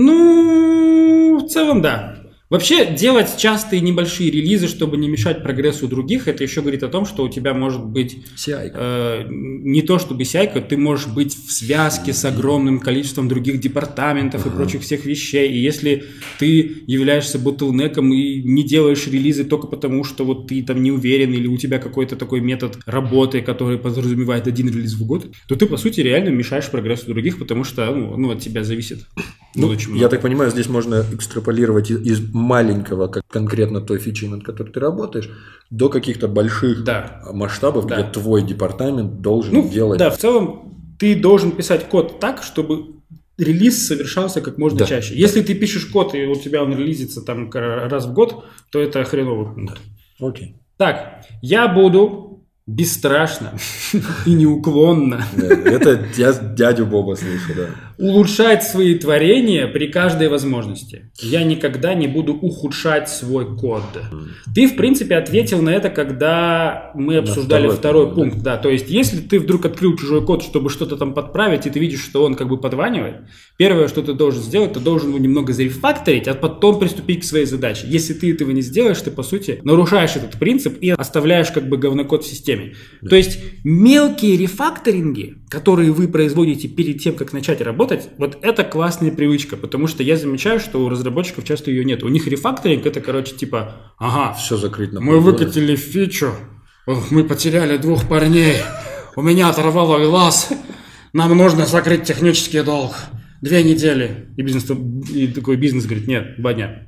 Ну, в целом, да. Вообще, делать частые небольшие релизы, чтобы не мешать прогрессу других, это еще говорит о том, что у тебя может быть э, не то чтобы си ай-ка, ты можешь быть в связке с огромным количеством других департаментов ага. и прочих всех вещей. И если ты являешься ботлнеком и не делаешь релизы только потому, что вот ты там не уверен, или у тебя какой-то такой метод работы, который подразумевает один релиз в год, то ты, по сути, реально мешаешь прогрессу других, потому что ну, ну, от тебя зависит. Ну, я так понимаю, здесь можно экстраполировать из, из маленького, как конкретно той фичи, над которой ты работаешь, до каких-то больших да. масштабов, да. где твой департамент должен ну, делать. Да, в целом ты должен писать код так, чтобы релиз совершался как можно Да. чаще. Если ты пишешь код, и у тебя он релизится там раз в год, то это хреновый пункт. Окей. Так, я буду бесстрашно и неуклонно Да, это я дядю Боба слышу, да. улучшать свои творения при каждой возможности. Я никогда не буду ухудшать свой код. Ты, в принципе, ответил на это, когда мы обсуждали второй второй пункт, пункт. Да. То есть, если ты вдруг открыл чужой код, чтобы что-то там подправить, и ты видишь, что он как бы подванивает, первое, что ты должен сделать, ты должен его немного зарефакторить, а потом приступить к своей задаче. Если ты этого не сделаешь, ты, по сути, нарушаешь этот принцип и оставляешь как бы говнокод в системе. Да. То есть, мелкие рефакторинги, которые вы производите перед тем, как начать работать, вот это классная привычка, потому что я замечаю, что у разработчиков часто ее нет. У них рефакторинг это, короче, типа, ага, все закрыть на мы полгода. выкатили фичу, ох, мы потеряли двух парней, у меня оторвало глаз, нам нужно закрыть технический долг. Две недели. И, бизнес, и такой бизнес говорит, нет, два дня.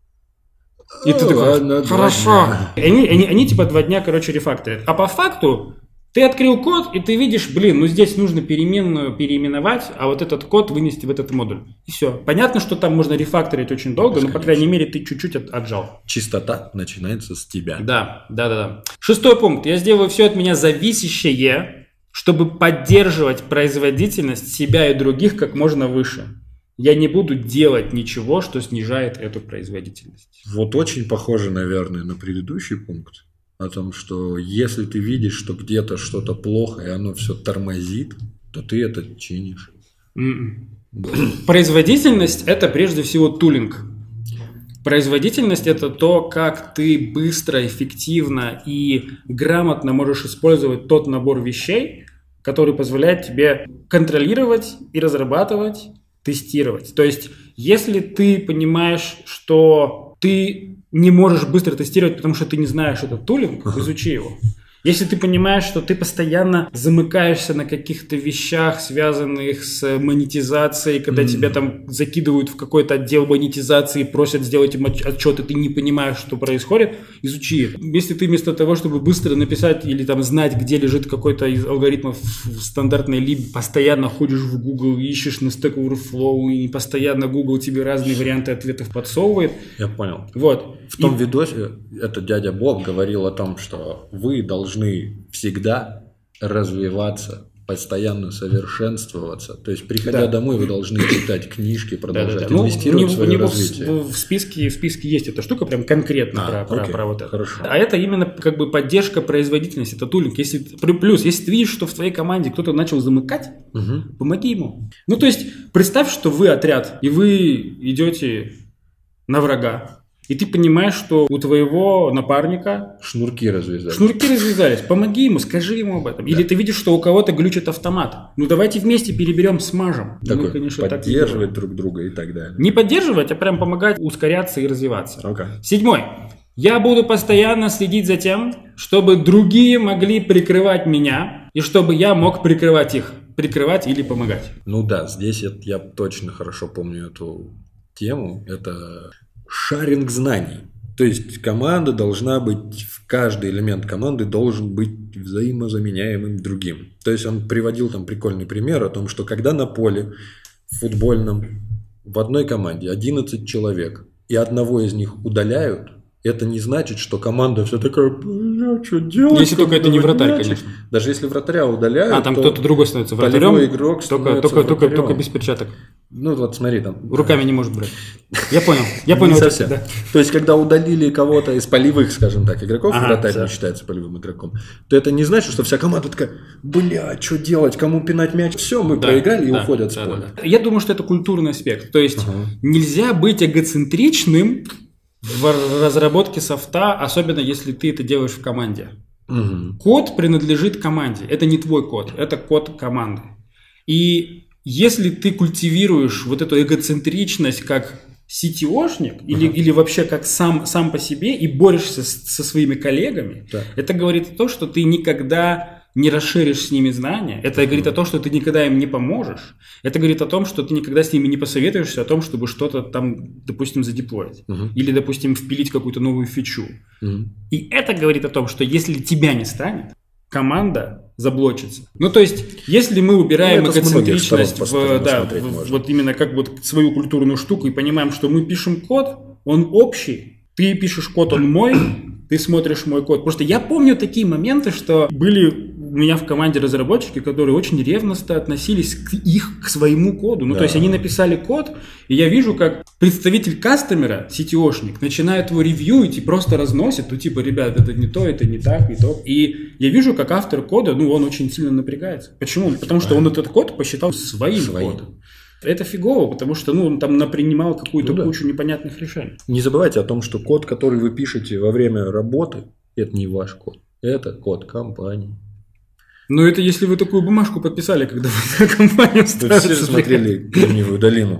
И ты такой, ладно, хорошо. И они, они, они типа два дня, короче, рефакторят. А по факту ты открыл код, и ты видишь, блин, ну здесь нужно переменную переименовать, а вот этот код вынести в этот модуль. И все. Понятно, что там можно рефакторить очень долго, но, по крайней мере, ты чуть-чуть от, отжал. Чистота начинается с тебя. Да, да, да, да. Шестой пункт. Я сделаю все от меня зависящее, чтобы поддерживать производительность себя и других как можно выше. Я не буду делать ничего, что снижает эту производительность. Вот очень похоже, наверное, на предыдущий пункт. О том, что если ты видишь, что где-то что-то плохо, и оно все тормозит, то ты это чинишь. Производительность – это прежде всего тулинг. Производительность – это то, как ты быстро, эффективно и грамотно можешь использовать тот набор вещей, который позволяет тебе контролировать и разрабатывать, тестировать. То есть, если ты понимаешь, что ты не можешь быстро тестировать, потому что ты не знаешь этот тулинг, изучи его. Если ты понимаешь, что ты постоянно замыкаешься на каких-то вещах, связанных с монетизацией, когда mm. тебя там закидывают в какой-то отдел монетизации, просят сделать им отчет, и ты не понимаешь, что происходит, изучи это. Если ты вместо того, чтобы быстро написать или там знать, где лежит какой-то из алгоритмов в стандартной либо, постоянно ходишь в Google, ищешь на Stack Overflow, и постоянно Google тебе разные варианты ответов подсовывает. Я понял. Вот. В том и... видосе этот дядя Боб говорил о том, что вы должны всегда развиваться, постоянно совершенствоваться. То есть, приходя да. домой, вы должны читать книжки, продолжать да, да, да. инвестировать ну, в свое развитие. В, в, списке, в списке есть эта штука прям конкретно а, про, окей, про, про вот это. Хорошо. А это именно как бы поддержка производительности, это тулинг. Если, плюс, если ты видишь, что в твоей команде кто-то начал замыкать, угу. помоги ему. Ну, то есть, представь, что вы отряд, и вы идете на врага. И ты понимаешь, что у твоего напарника шнурки развязались. Шнурки развязались. Помоги ему, скажи ему об этом. Да. Или ты видишь, что у кого-то глючит автомат. Ну давайте вместе переберем, смажем. Такой, мы, конечно, поддерживать так друг друга и так далее. Не поддерживать, а прям помогать ускоряться и развиваться. Okay. Седьмой. Я буду постоянно следить за тем, чтобы другие могли прикрывать меня, и чтобы я мог прикрывать их. Прикрывать или помогать. Ну да, здесь я, я точно хорошо помню эту тему. Это... шаринг знаний. То есть команда должна быть, каждый элемент команды должен быть взаимозаменяемым другим. То есть он приводил там прикольный пример о том, что когда на поле футбольном в одной команде одиннадцать человек, и одного из них удаляют, это не значит, что команда все такая, бля, что делать? Если только это не вратарь, мяч? Конечно. Даже если вратаря удаляют, а там кто-то другой становится вратарем, игрок только, только, только, только без перчаток. Ну вот смотри там. Руками не может брать. Я понял. Я понял. Не совсем. Да. То есть, когда удалили кого-то из полевых, скажем так, игроков, ага, вратарь да. не считается полевым игроком, то это не значит, что вся команда такая, бля, что делать, кому пинать мяч? Все, мы да, проиграли да, и уходят да, с поля. Да, да. Я думаю, что это культурный аспект. То есть, ага. нельзя быть эгоцентричным в разработке софта, особенно если ты это делаешь в команде. Угу. Код принадлежит команде. Это не твой код, это код команды. И если ты культивируешь вот эту эгоцентричность как си ти о-шник uh-huh. или, или вообще как сам, сам по себе и борешься с, со своими коллегами, да. это говорит о том, что ты никогда не расширишь с ними знания. Это uh-huh. говорит о том, что ты никогда им не поможешь. Это говорит о том, что ты никогда с ними не посоветуешься о том, чтобы что-то там, допустим, задеплоить. Uh-huh. Или, допустим, впилить какую-то новую фичу. Uh-huh. И это говорит о том, что если тебя не станет, команда заблочиться. Ну, то есть, если мы убираем ну, эгоцентричность в, да, в, вот именно как вот свою культурную штуку и понимаем, что мы пишем код, он общий, ты пишешь код, он мой, ты смотришь мой код. Просто я помню такие моменты, что были у меня в команде разработчики, которые очень ревностно относились к их, к своему коду. Ну, да. То есть, они написали код, и я вижу, как представитель кастомера, си ти о-шник, начинает его ревьюить и просто разносит. Ну, типа, ребят, это не то, это не так, не то. И я вижу, как автор кода, ну, он очень сильно напрягается. Почему? Потому что он этот код посчитал своим, своим. кодом. Это фигово, потому что ну, он там напринимал какую-то ну, да. кучу непонятных решений. Не забывайте о том, что код, который вы пишете во время работы, это не ваш код. Это код компании. Ну, это если вы такую бумажку подписали, когда вы на компанию ставите. Вы все смотрели «Кремниевую долину».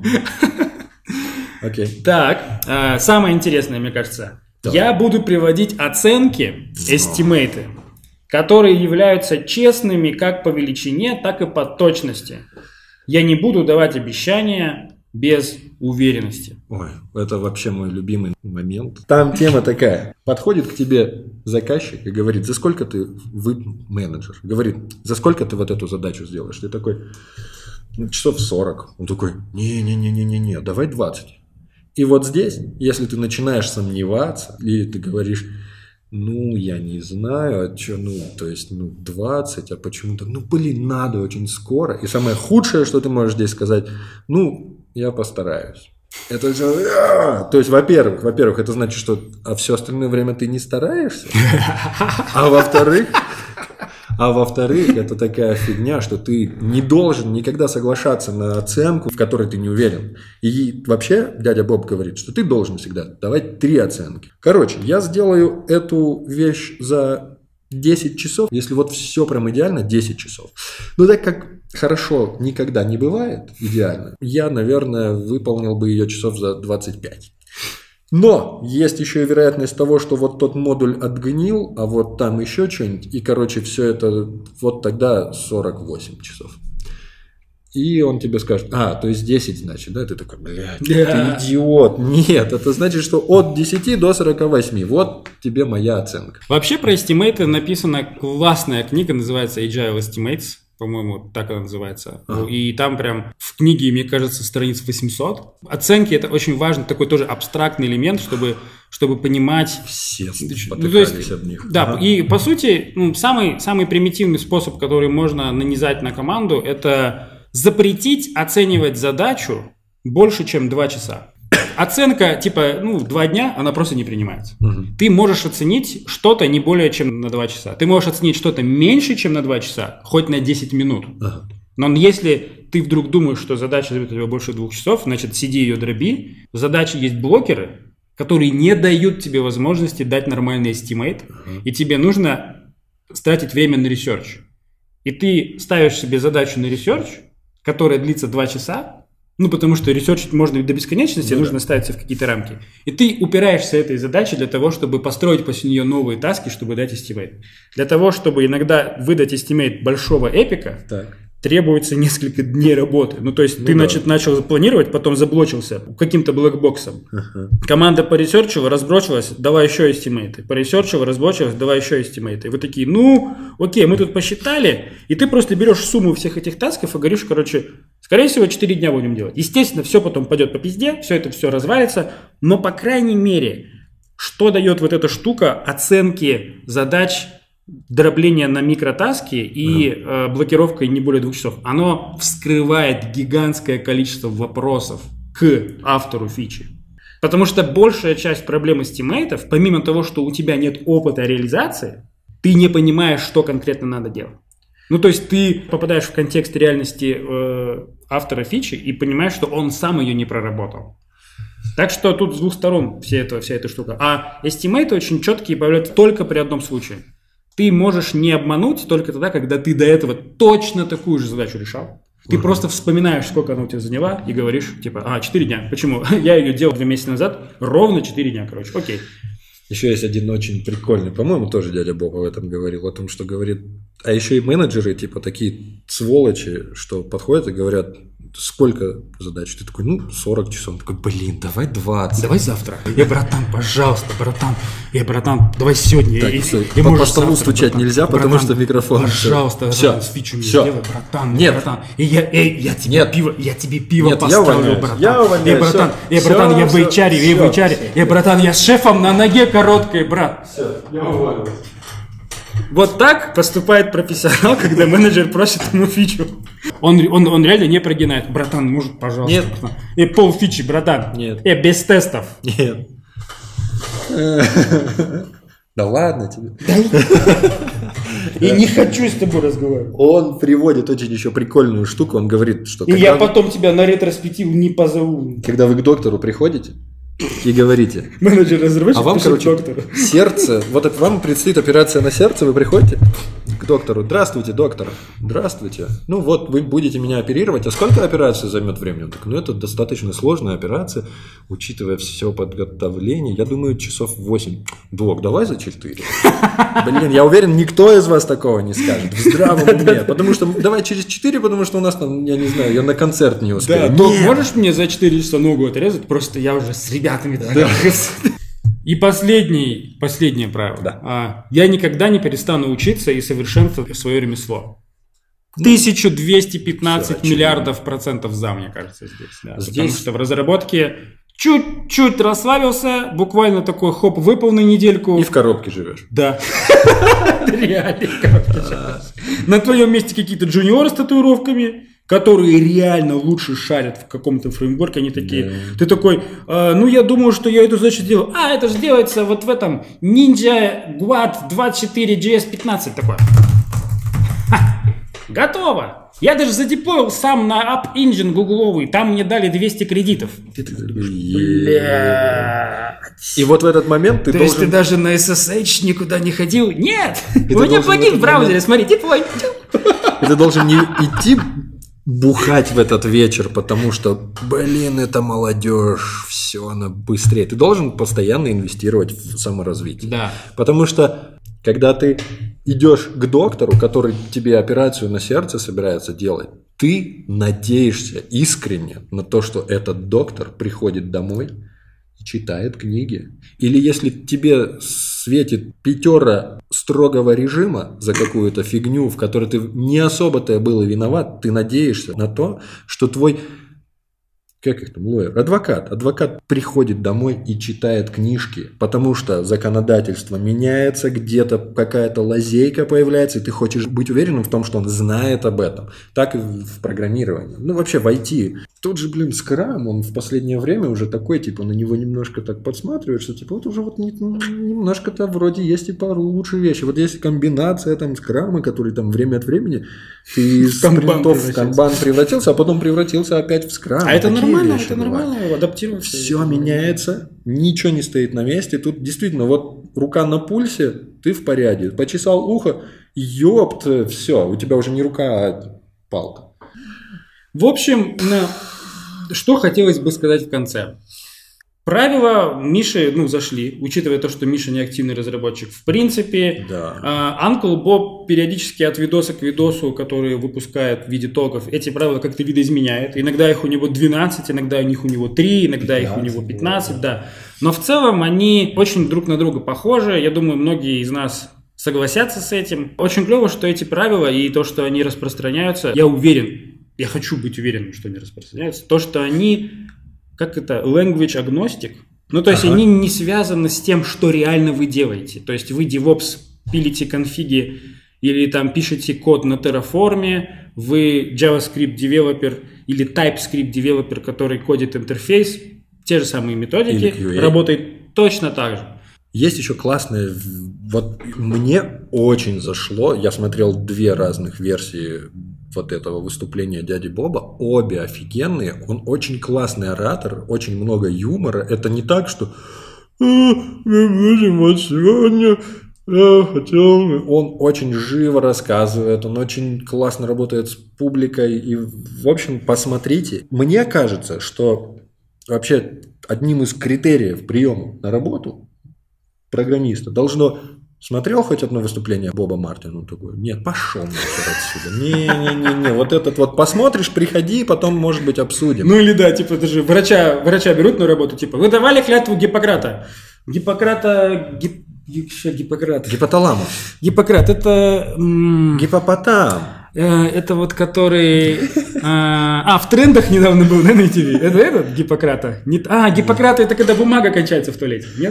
Окей. Так, самое интересное, мне кажется. Я буду приводить оценки, эстимейты, которые являются честными как по величине, так и по точности. Я не буду давать обещания без уверенности. Ой, это вообще мой любимый момент. Там тема такая. Подходит к тебе заказчик и говорит, за сколько ты, вы менеджер, говорит, за сколько ты вот эту задачу сделаешь? Ты такой, ну, часов сорок. Он такой, не-не-не-не-не, давай двадцать. И вот здесь, если ты начинаешь сомневаться, или ты говоришь, ну, я не знаю, а что, ну, то есть, ну, двадцать, а почему-то, ну, блин, надо очень скоро. И самое худшее, что ты можешь здесь сказать, ну, я постараюсь. Это же, то есть, во-первых, во-первых, это значит, что а все остальное время ты не стараешься, а во-вторых, а во-вторых, это такая фигня, что ты не должен никогда соглашаться на оценку, в которой ты не уверен. И вообще дядя Боб говорит, что ты должен всегда давать три оценки. Короче, я сделаю эту вещь за десять часов, если вот все прям идеально, десять часов. Но так как хорошо никогда не бывает идеально, я, наверное, выполнил бы ее часов за двадцать пять. Но есть еще и вероятность того, что вот тот модуль отгнил, а вот там еще что-нибудь, и, короче, все это вот тогда сорок восемь часов. И он тебе скажет, а, то есть десять, значит, да? Ты такой, блядь, yeah. ты идиот. Нет, это значит, что от десяти до сорока восьми. Вот тебе моя оценка. Вообще про эстимейты написана классная книга, называется Agile Estimates. По-моему, так она называется. А. И там прям в книге, мне кажется, страниц восемьсот. Оценки – это очень важный такой тоже абстрактный элемент, чтобы, чтобы понимать… Все потыкались об них. Да, ага. И по сути, ну, самый, самый примитивный способ, который можно нанизать на команду – это запретить оценивать задачу больше, чем два часа. Оценка, типа, ну, два дня, она просто не принимается. Угу. Ты можешь оценить что-то не более чем на два часа. Ты можешь оценить что-то меньше, чем на два часа, хоть на десять минут. Ага. Но если ты вдруг думаешь, что задача займет у тебя больше двух часов, значит, сиди ее дроби. В задаче есть блокеры, которые не дают тебе возможности дать нормальный эстимейт, ага. И тебе нужно тратить время на ресерч. И ты ставишь себе задачу на ресерч, которая длится два часа, ну, потому что ресерчить можно до бесконечности, ну, нужно да. ставить в какие-то рамки. И ты упираешься этой задачей для того, чтобы построить после нее новые таски, чтобы дать эстимейт. Для того, чтобы иногда выдать эстимейт большого эпика, так. требуется несколько дней работы. Ну, то есть, ну, ты да. значит, начал планировать, потом заблочился каким-то блэкбоксом. Uh-huh. Команда поресерчила, разброчилась, давай еще эстимейты. Поресерчила, разброчилась, давай еще эстимейты. И вы такие, ну, окей, мы тут посчитали, и ты просто берешь сумму всех этих тасков и говоришь, короче, скорее всего, четыре дня будем делать. Естественно, все потом пойдет по пизде, все это все развалится, но, по крайней мере, что дает вот эта штука оценки задач, дробление на микротаски и uh-huh. э, блокировкой не более двух часов, оно вскрывает гигантское количество вопросов к автору фичи. Потому что большая часть проблем эстимейтов, помимо того, что у тебя нет опыта реализации, ты не понимаешь, что конкретно надо делать. Ну, то есть ты попадаешь в контекст реальности э, автора фичи и понимаешь, что он сам ее не проработал. Так что тут с двух сторон вся эта, вся эта штука. А эстимейты очень четкие появляются только при одном случае. Ты можешь не обмануть только тогда, когда ты до этого точно такую же задачу решал. Ты угу. просто вспоминаешь, сколько она у тебя заняла, и говоришь, типа, а, четыре дня. Почему? Я ее делал два месяца назад, ровно четыре дня, короче. Окей. Еще есть один очень прикольный, по-моему, тоже дядя Боб об этом говорил, о том, что говорит, а еще и менеджеры, типа, такие сволочи, что подходят и говорят, сколько задач? Ты такой, ну, сорок часов. Он такой, блин, давай двадцать. Давай завтра. Я, братан, пожалуйста, братан. Я, братан, давай сегодня. Так, я, все, я, по, я по столу завтра, стучать братан. нельзя, потому Братан, что микрофон. Пожалуйста, все, братан, с фичу мне все. сделай, братан. Нет. Братан. И я, эй, я тебе Нет. пиво, я тебе пиво Нет, я поставлю, увольняюсь. братан. Я увольняюсь. Эй, братан, Все. эй, братан, Все, я в все, эйч ар, я в все, эйч ар. все. Эй, братан, я с шефом на ноге короткой, брат. Все, я уволюсь. Вот так поступает профессионал, когда менеджер просит ему фичу. Он, он, он реально не прогинает. Братан, может, пожалуйста. Нет. Братан. И пол фичи, братан. Нет. И без тестов. Нет. Да ладно тебе. И не хочу с тобой разговаривать. Он приводит очень еще прикольную штуку. Он говорит, что И когда я вы- потом тебя на ретроспективу не позову. когда вы к доктору приходите и говорите, Менеджер-разработчик а вам, пишет короче, доктору. сердце, вот это вам предстоит операция на сердце, вы приходите к доктору, здравствуйте, доктор, здравствуйте, ну вот вы будете меня оперировать, а сколько операция займет времени? Он такой, ну это достаточно сложная операция, учитывая все подготовление, я думаю, часов восемь. Док, давай за четыре. Блин, я уверен, никто из вас такого не скажет, в здравом уме, потому что, давай через четыре, потому что у нас там, я не знаю, я на концерт не Да, успею. док, Нет. можешь мне за четыре часа ногу отрезать? Просто я уже с ребятами договорился. И последний, последнее правило. Да. А, я никогда не перестану учиться и совершенствовать свое ремесло. тысяча двести пятнадцать всё, миллиардов процентов за, мне кажется, здесь. Да. Потому Здесь- что в разработке чуть-чуть расслабился, буквально такой хоп, выпал на недельку. И в коробке живешь. Да. Реально. На твоем месте какие-то джуниоры с татуировками, которые реально лучше шарят в каком-то фреймворке, они такие, ты такой, «А, ну я думаю, что я эту задачу делаю, а это же делается вот в этом Ninja Guad двадцать четыре джей эс пятнадцать такой. Ха, готово. Я даже задеплоил сам на App Engine гугловый, там мне дали двести кредитов. Ты такой думаешь, блядь. И вот в этот момент ты То есть ты должен... даже на эс эс эйч никуда не ходил? Нет! ты У меня должен в плагин этот в браузере, момент- смотри, деплой. И ты должен не идти бухать в этот вечер, потому что, блин, это молодежь, все, она быстрее. Ты должен постоянно инвестировать в саморазвитие. Да. Потому что, когда ты идешь к доктору, который тебе операцию на сердце собирается делать, ты надеешься искренне на то, что этот доктор приходит домой и читает книги. Или если тебе светит пятера строгого режима за какую-то фигню, в которой ты не особо-то был и виноват, ты надеешься на то, что твой, как их там, лоер, адвокат, адвокат приходит домой и читает книжки, потому что законодательство меняется, где-то какая-то лазейка появляется, и ты хочешь быть уверенным в том, что он знает об этом. Так и в программировании. Ну, вообще в ай ти. Тот же, блин, Scrum, он в последнее время уже такой, типа, на него немножко так подсматриваешь, что, типа, вот уже вот не- немножко-то вроде есть и пару лучших вещей. Вот есть комбинация там Scrum, который там время от времени ты из Канбан спринтов в превратился. канбан превратился, а потом превратился опять в Scrum. А это Такие нормально, вещи это бывают. нормально, адаптироваться. Все меняется, ничего не стоит на месте. Тут действительно, вот рука на пульсе, ты в порядке. Почесал ухо, ёпт, все, у тебя уже не рука, а палка. В общем, на- что хотелось бы сказать в конце. Правила Миши, ну, зашли, учитывая то, что Миша не активный разработчик. В принципе, Да. а, Uncle Bob периодически от видоса к видосу, который выпускает в виде токов, эти правила как-то видоизменяет. Иногда их у него двенадцать, иногда у них у него три, иногда их у него пятнадцать, да. Но в целом они очень друг на друга похожи. Я думаю, многие из нас согласятся с этим. Очень клево, что эти правила и то, что они распространяются, я уверен, я хочу быть уверенным, что они распространяются, то, что они, как это, language agnostic, ну, то есть Ага. они не связаны с тем, что реально вы делаете. То есть вы DevOps пилите конфиги или там пишете код на Terraform, вы JavaScript девелопер или TypeScript девелопер, который кодит интерфейс, те же самые методики, Или кью эй. работает точно так же. Есть еще классное, вот мне очень зашло, я смотрел две разных версии вот этого выступления дяди Боба, обе офигенные, он очень классный оратор, очень много юмора, это не так, что «А, мы будем вот сегодня, я хотел бы». Он очень живо рассказывает, он очень классно работает с публикой, и, в общем, посмотрите. Мне кажется, что вообще одним из критериев приема на работу программиста должно Смотрел хоть одно выступление Боба Мартина? Он такой, нет, пошел нахер отсюда. Не-не-не, вот этот вот посмотришь, приходи, потом, может быть, обсудим. Ну или да, типа, это же врача, врача берут на работу, типа, вы давали клятву Гиппократа? Гиппократа... Гип... Гиппократ. Гипоталамус. Гиппократ, это... М- Гиппопотам. э, это вот который... А, а, в трендах недавно был, да, на эй ти ви? Это этот Гиппократа? Не, а, Гиппократа это когда бумага кончается в туалете, нет?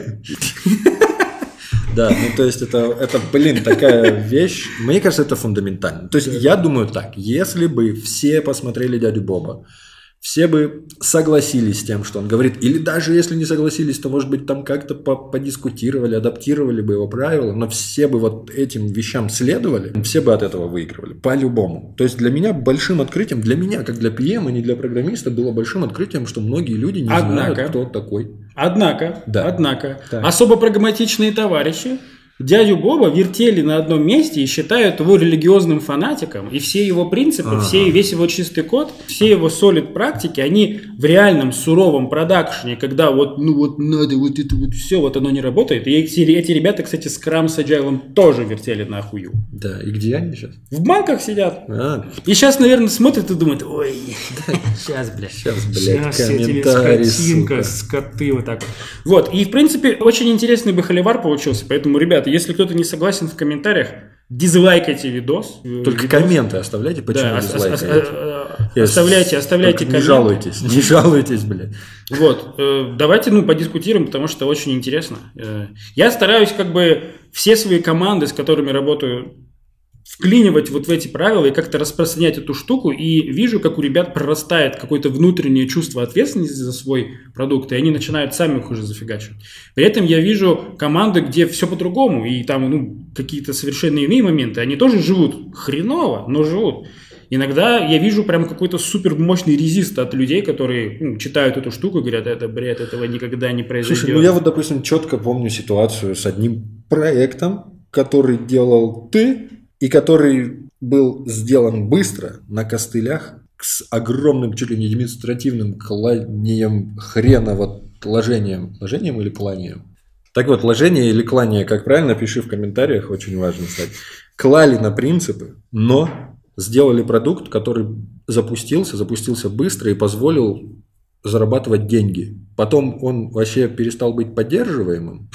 Да, ну то есть это, это, блин, такая вещь, мне кажется, это фундаментально. То есть я думаю так, если бы все посмотрели «Дядю Боба», все бы согласились с тем, что он говорит, или даже если не согласились, то, может быть, там как-то подискутировали, адаптировали бы его правила, но все бы вот этим вещам следовали, все бы от этого выигрывали, по-любому. То есть для меня большим открытием, для меня, как для пи эм, а не для программиста, было большим открытием, что многие люди не Однако, знают, кто такой. Однако, Да. однако, Так. особо прагматичные товарищи дядю Боба вертели на одном месте и считают его религиозным фанатиком, и все его принципы, Ага. все, весь его чистый код, все его солид практики, они в реальном суровом продакшене, когда вот, ну вот надо вот это вот все, вот оно не работает. И эти, эти ребята, кстати, Scrum с Agile тоже вертели на хую. Да, и где они сейчас? В банках сидят. А, И сейчас, наверное, смотрят и думают, ой, сейчас, блядь. сейчас, блядь, Сейчас я тебе комментарий, скотинка, сука. скоты, вот так вот. Вот, и, в принципе, очень интересный бы холивар получился, поэтому, ребята, если кто-то не согласен в комментариях, дизлайкайте видос. Только видос. комменты оставляйте, почему Да, ос- ос- дизлайкаете. ос- э, оставляйте, оставляйте Только комменты. не жалуйтесь, не жалуйтесь, блядь. Вот, э, давайте, ну, подискутируем, потому что очень интересно. Э, я стараюсь, как бы, все свои команды, с которыми работаю, вклинивать вот в эти правила и как-то распространять эту штуку, и вижу, как у ребят прорастает какое-то внутреннее чувство ответственности за свой продукт, и они начинают сами их уже зафигачивать. При этом я вижу команды, где все по-другому, и там, ну, какие-то совершенно иные моменты, они тоже живут хреново, но живут. Иногда я вижу прям какой-то супер мощный резист от людей, которые, ну, читают эту штуку и говорят, это бред, этого никогда не произойдет. Слушай, ну я вот, допустим, четко помню ситуацию с одним проектом, который делал ты, и который был сделан быстро, на костылях, с огромным, чуть ли не административным кланием хрена, вот ложением. Ложением или кланием? Так вот, ложение или клание, как правильно, пиши в комментариях, очень важно стать. Клали на принципы, но сделали продукт, который запустился, запустился быстро и позволил зарабатывать деньги. Потом он вообще перестал быть поддерживаемым,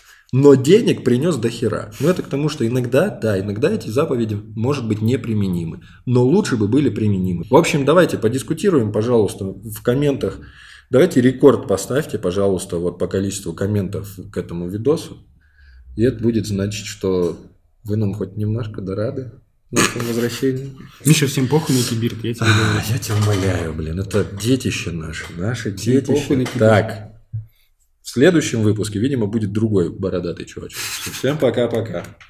но денег принес до хера. Ну, это к тому, что иногда, да, иногда эти заповеди, может быть, неприменимы. Но лучше бы были применимы. В общем, давайте подискутируем, пожалуйста, в комментах. Давайте рекорд поставьте, пожалуйста, вот по количеству комментов к этому видосу. И это будет значить, что вы нам хоть немножко дорады нашему возвращению. Миша, всем похуй на кибирт, я тебе говорю. А, я тебя умоляю, блин, это детище наше, наши Всем похуй на детище. кибирт. Так. В следующем выпуске, видимо, будет другой бородатый чувачок. Всем пока-пока.